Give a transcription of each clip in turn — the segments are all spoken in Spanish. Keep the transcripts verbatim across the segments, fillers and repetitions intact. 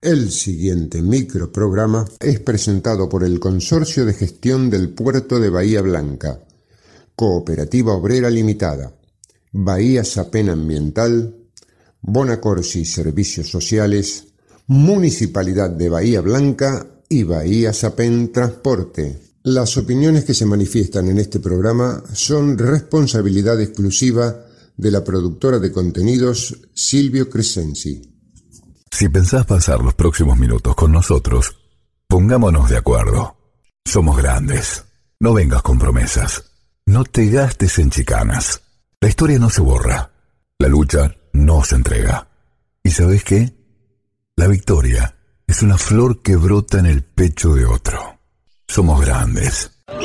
El siguiente microprograma es presentado por el Consorcio de Gestión del Puerto de Bahía Blanca, Cooperativa Obrera Limitada, Bahía Sapen Ambiental, Bonacorsi Servicios Sociales, Municipalidad de Bahía Blanca y Bahía Sapen Transporte. Las opiniones que se manifiestan en este programa son responsabilidad exclusiva de la productora de contenidos Silvio Crescenzi. Si pensás pasar los próximos minutos con nosotros, pongámonos de acuerdo. Somos grandes. No vengas con promesas. No te gastes en chicanas. La historia no se borra. La lucha no se entrega. ¿Y sabés qué? La victoria es una flor que brota en el pecho de otro. Somos grandes.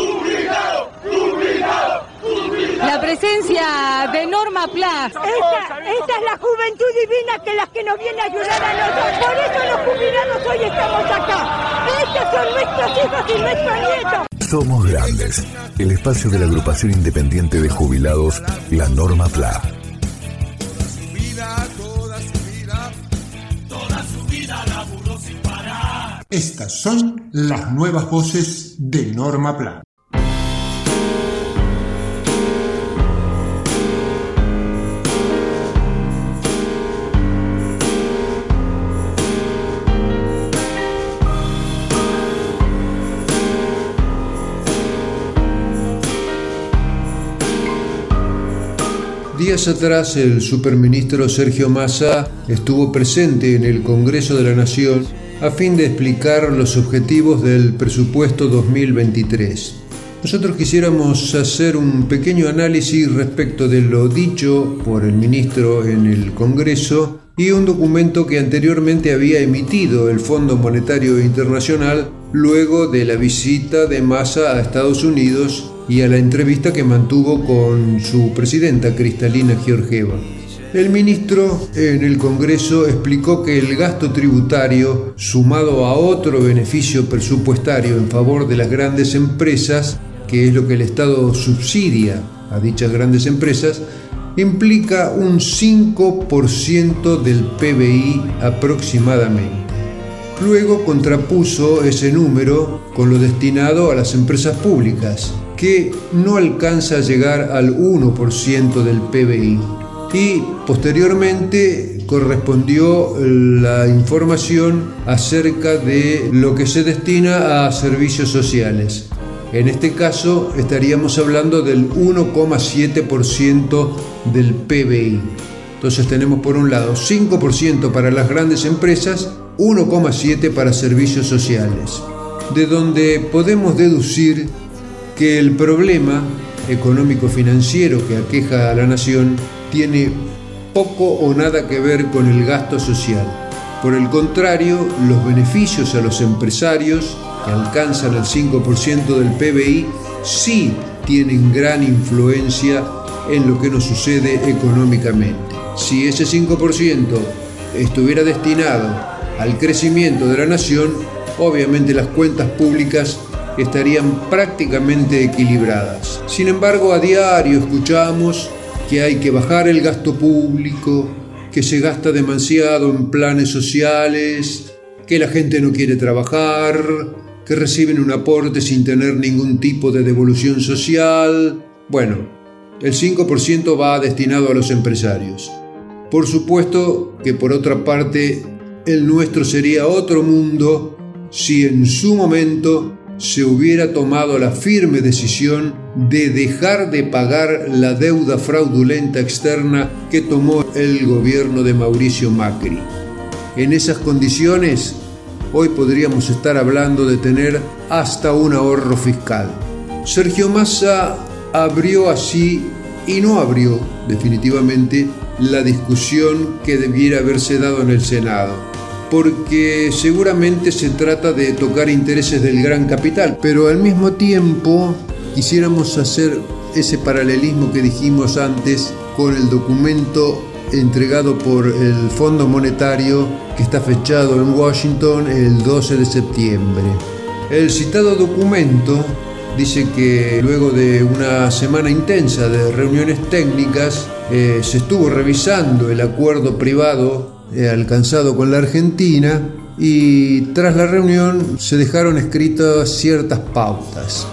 La presencia de Norma Pla. Esta, esta es la juventud divina que las que nos viene a ayudar a nosotros. Por eso los jubilados hoy estamos acá. Estos son nuestros hijos y nuestros nietos. Somos grandes. El espacio de la agrupación independiente de jubilados, la Norma Pla. Toda su vida, toda su vida, toda su vida laburó sin parar. Estas son las nuevas voces de Norma Pla. Días atrás, el superministro Sergio Massa estuvo presente en el Congreso de la Nación a fin de explicar los objetivos del presupuesto dos mil veintitrés. Nosotros quisiéramos hacer un pequeño análisis respecto de lo dicho por el ministro en el Congreso y un documento que anteriormente había emitido el Fondo Monetario Internacional luego de la visita de Massa a Estados Unidos y a la entrevista que mantuvo con su presidenta Kristalina Georgieva. El ministro en el Congreso explicó que el gasto tributario, sumado a otro beneficio presupuestario en favor de las grandes empresas, que es lo que el Estado subsidia a dichas grandes empresas, implica un cinco por ciento del P B I aproximadamente. Luego contrapuso ese número con lo destinado a las empresas públicas, que no alcanza a llegar al uno por ciento del P B I. Y posteriormente correspondió la información acerca de lo que se destina a servicios sociales. En este caso estaríamos hablando del uno coma siete por ciento del P B I. Entonces tenemos por un lado cinco por ciento para las grandes empresas, uno coma siete por ciento para servicios sociales, de donde podemos deducir que el problema económico-financiero que aqueja a la nación tiene poco o nada que ver con el gasto social. Por el contrario, los beneficios a los empresarios, que alcanzan el cinco por ciento del P B I, sí tienen gran influencia en lo que nos sucede económicamente. Si ese cinco por ciento estuviera destinado al crecimiento de la nación, obviamente las cuentas públicas estarían prácticamente equilibradas. Sin embargo, a diario escuchamos que hay que bajar el gasto público, que se gasta demasiado en planes sociales, que la gente no quiere trabajar, que reciben un aporte sin tener ningún tipo de devolución social. Bueno, el cinco por ciento va destinado a los empresarios. Por supuesto que por otra parte, el nuestro sería otro mundo si en su momento se hubiera tomado la firme decisión de dejar de pagar la deuda fraudulenta externa que tomó el gobierno de Mauricio Macri. En esas condiciones, hoy podríamos estar hablando de tener hasta un ahorro fiscal. Sergio Massa abrió así, y no abrió definitivamente, la discusión que debiera haberse dado en el Senado, porque seguramente se trata de tocar intereses del gran capital, pero al mismo tiempo quisiéramos hacer ese paralelismo que dijimos antes con el documento entregado por el Fondo Monetario que está fechado en Washington el doce de septiembre. El citado documento dice que luego de una semana intensa de reuniones técnicas eh, se estuvo revisando el acuerdo privado eh, alcanzado con la Argentina y tras la reunión se dejaron escritas ciertas pautas.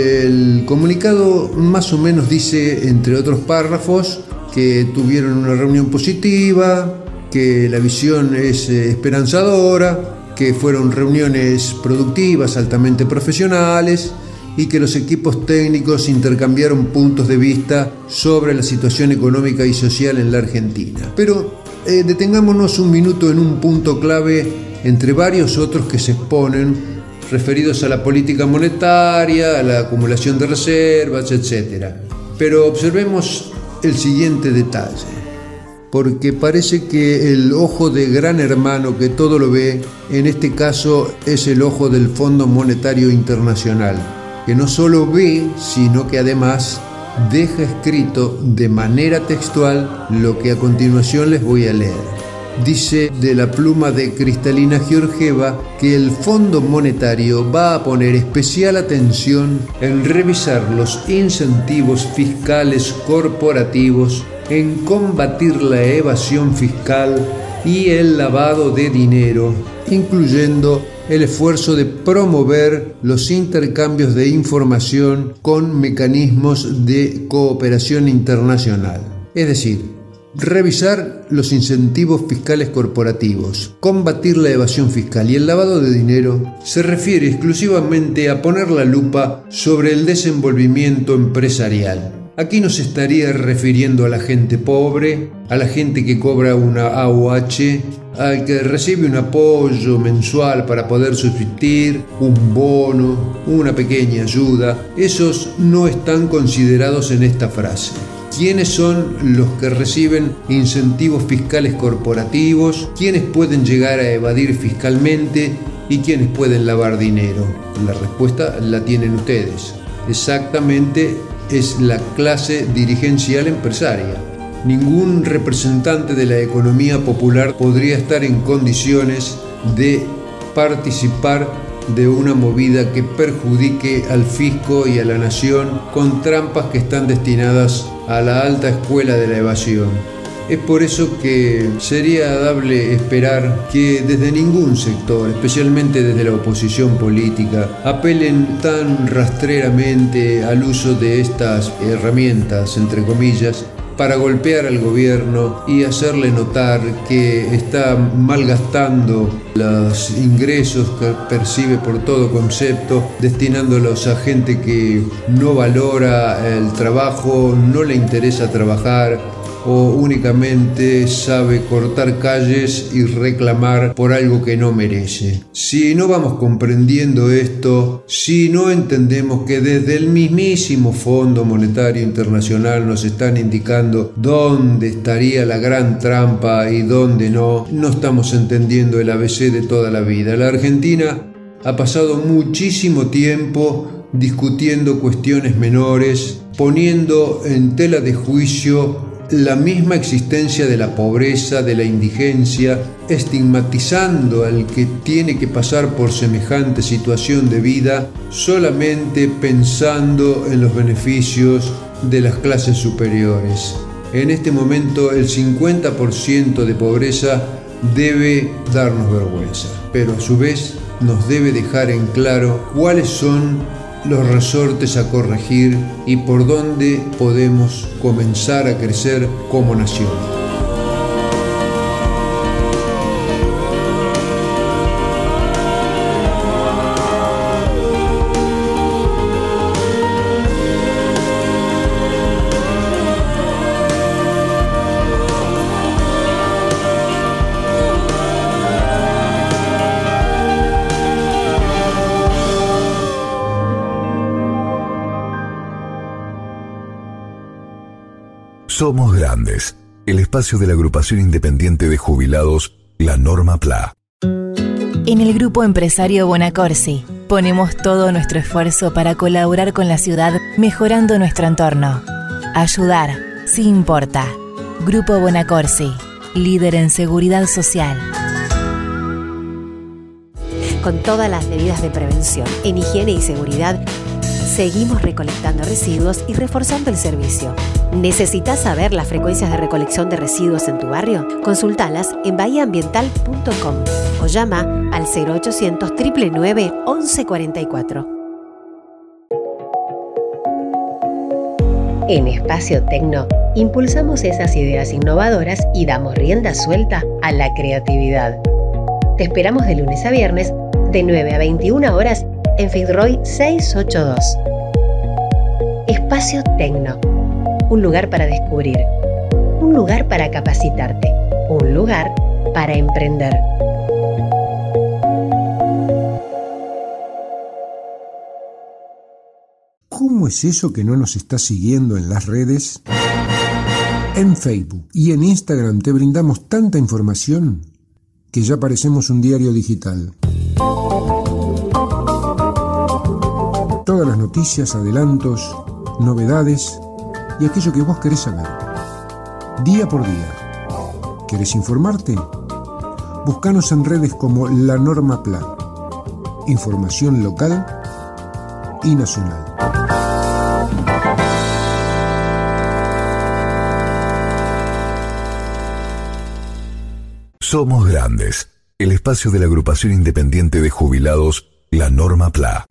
El comunicado más o menos dice, entre otros párrafos, que tuvieron una reunión positiva, que la visión es esperanzadora, que fueron reuniones productivas, altamente profesionales, y que los equipos técnicos intercambiaron puntos de vista sobre la situación económica y social en la Argentina. Pero eh, detengámonos un minuto en un punto clave entre varios otros que se exponen, referidos a la política monetaria, a la acumulación de reservas, etcétera. Pero observemos el siguiente detalle, porque parece que el ojo de gran hermano que todo lo ve, en este caso es el ojo del Fondo Monetario Internacional, que no solo ve, sino que además deja escrito de manera textual lo que a continuación les voy a leer. Dice de la pluma de Cristalina Georgieva que el Fondo Monetario va a poner especial atención en revisar los incentivos fiscales corporativos, en combatir la evasión fiscal y el lavado de dinero, incluyendo el esfuerzo de promover los intercambios de información con mecanismos de cooperación internacional. Es decir, revisar los incentivos fiscales corporativos, combatir la evasión fiscal y el lavado de dinero se refiere exclusivamente a poner la lupa sobre el desenvolvimiento empresarial. Aquí no se estaría refiriendo a la gente pobre, a la gente que cobra una A U H, al que recibe un apoyo mensual para poder subsistir, un bono, una pequeña ayuda. Esos no están considerados en esta frase. ¿Quiénes son los que reciben incentivos fiscales corporativos? ¿Quiénes pueden llegar a evadir fiscalmente? ¿Y quiénes pueden lavar dinero? La respuesta la tienen ustedes. Exactamente, es la clase dirigencial empresaria. Ningún representante de la economía popular podría estar en condiciones de participar de una movida que perjudique al fisco y a la nación con trampas que están destinadas a la alta escuela de la evasión. Es por eso que sería dable esperar que desde ningún sector, especialmente desde la oposición política, apelen tan rastreramente al uso de estas herramientas, entre comillas, para golpear al gobierno y hacerle notar que está malgastando los ingresos que percibe por todo concepto, destinándolos a gente que no valora el trabajo, no le interesa trabajar o únicamente sabe cortar calles y reclamar por algo que no merece. Si no vamos comprendiendo esto, si no entendemos que desde el mismísimo Fondo Monetario Internacional nos están indicando dónde estaría la gran trampa y dónde no, no estamos entendiendo el A B C de toda la vida. La Argentina ha pasado muchísimo tiempo discutiendo cuestiones menores, poniendo en tela de juicio la misma existencia de la pobreza, de la indigencia, estigmatizando al que tiene que pasar por semejante situación de vida solamente pensando en los beneficios de las clases superiores. En este momento el cincuenta por ciento de pobreza debe darnos vergüenza, pero a su vez nos debe dejar en claro cuáles son los resortes a corregir y por dónde podemos comenzar a crecer como nación. Somos Grandes, el espacio de la agrupación independiente de jubilados, la Norma P L A. En el Grupo Empresario Bonacorsi ponemos todo nuestro esfuerzo para colaborar con la ciudad mejorando nuestro entorno. Ayudar, sí importa. Grupo Bonacorsi, líder en seguridad social. Con todas las medidas de prevención en higiene y seguridad, seguimos recolectando residuos y reforzando el servicio. ¿Necesitas saber las frecuencias de recolección de residuos en tu barrio? Consultalas en bahía ambiental punto com o llama al cero ochocientos, nueve nueve nueve, once cuarenta y cuatro. En Espacio Tecno impulsamos esas ideas innovadoras y damos rienda suelta a la creatividad. Te esperamos de lunes a viernes de nueve a veintiuna horas en Fitzroy seiscientos ochenta y dos. Espacio Tecno, un lugar para descubrir, un lugar para capacitarte, un lugar para emprender. ¿Cómo es eso que no nos estás siguiendo en las redes? En Facebook y en Instagram te brindamos tanta información que ya parecemos un diario digital. Todas las noticias, adelantos, novedades y aquello que vos querés saber. Día por día. ¿Querés informarte? Búscanos en redes como La Norma Pla. Información local y nacional. Somos Grandes, el espacio de la agrupación independiente de jubilados La Norma Pla.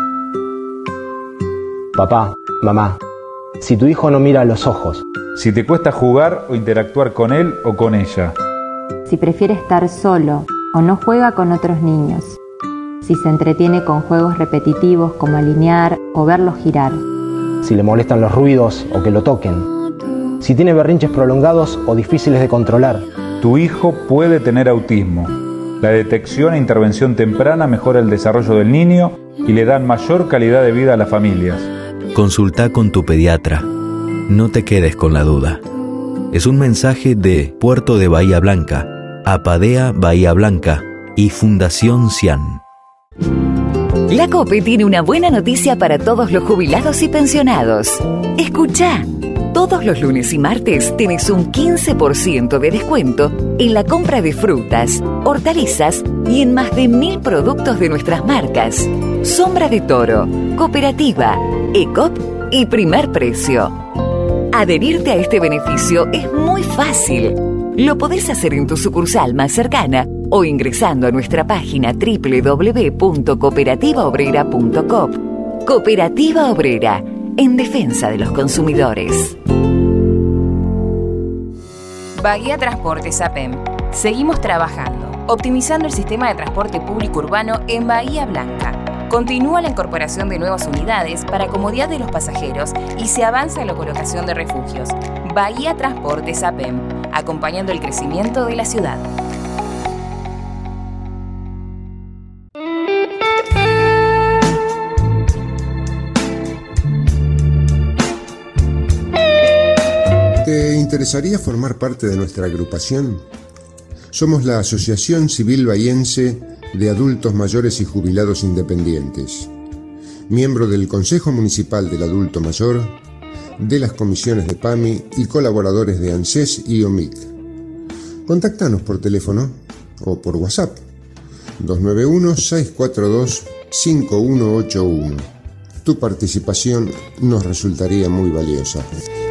Papá, mamá, si tu hijo no mira a los ojos, si te cuesta jugar o interactuar con él o con ella, si prefiere estar solo o no juega con otros niños, si se entretiene con juegos repetitivos como alinear o verlos girar, si le molestan los ruidos o que lo toquen, si tiene berrinches prolongados o difíciles de controlar. Tu hijo puede tener autismo. La detección e intervención temprana mejora el desarrollo del niño y le dan mayor calidad de vida a las familias. Consulta con tu pediatra. No te quedes con la duda. Es un mensaje de Puerto de Bahía Blanca, Apadea Bahía Blanca y Fundación Cian. La COPE tiene una buena noticia para todos los jubilados y pensionados. Escuchá. Todos los lunes y martes tenés un quince por ciento de descuento en la compra de frutas, hortalizas y en más de mil productos de nuestras marcas. Sombra de Toro, Cooperativa, ECOP y Primer Precio. Adherirte a este beneficio es muy fácil. Lo podés hacer en tu sucursal más cercana o ingresando a nuestra página doble u doble u doble u punto cooperativa obrera punto coop. Cooperativa Obrera, en defensa de los consumidores. Bahía Transportes A P E M. Seguimos trabajando, optimizando el sistema de transporte público urbano en Bahía Blanca. Continúa la incorporación de nuevas unidades para comodidad de los pasajeros y se avanza en la colocación de refugios. Bahía Transportes A P E M, acompañando el crecimiento de la ciudad. ¿Te interesaría formar parte de nuestra agrupación? Somos la Asociación Civil Bahiense de Adultos Mayores y Jubilados Independientes, miembro del Consejo Municipal del Adulto Mayor, de las comisiones de PAMI y colaboradores de ANSES y O M I C. Contáctanos por teléfono o por WhatsApp dos nueve uno, seis cuatro dos, cinco uno ocho uno. Tu participación nos resultaría muy valiosa.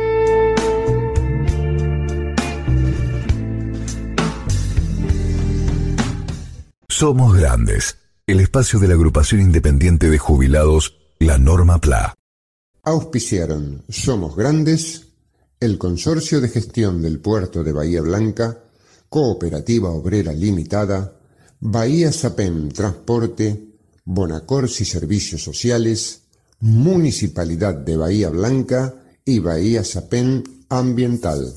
Somos Grandes, el espacio de la agrupación independiente de jubilados La Norma Pla. Auspiciaron Somos Grandes, el Consorcio de Gestión del Puerto de Bahía Blanca, Cooperativa Obrera Limitada, Bahía Sapem Transporte, Bonacorsi Servicios Sociales, Municipalidad de Bahía Blanca y Bahía Sapem Ambiental.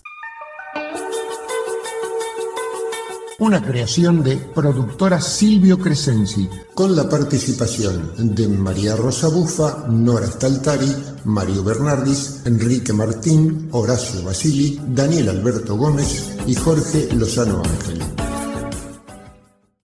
Una creación de Productora Silvio Crescenzi, con la participación de María Rosa Bufa, Nora Staltari, Mario Bernardis, Enrique Martín, Horacio Basili, Daniel Alberto Gómez y Jorge Lozano Ángel.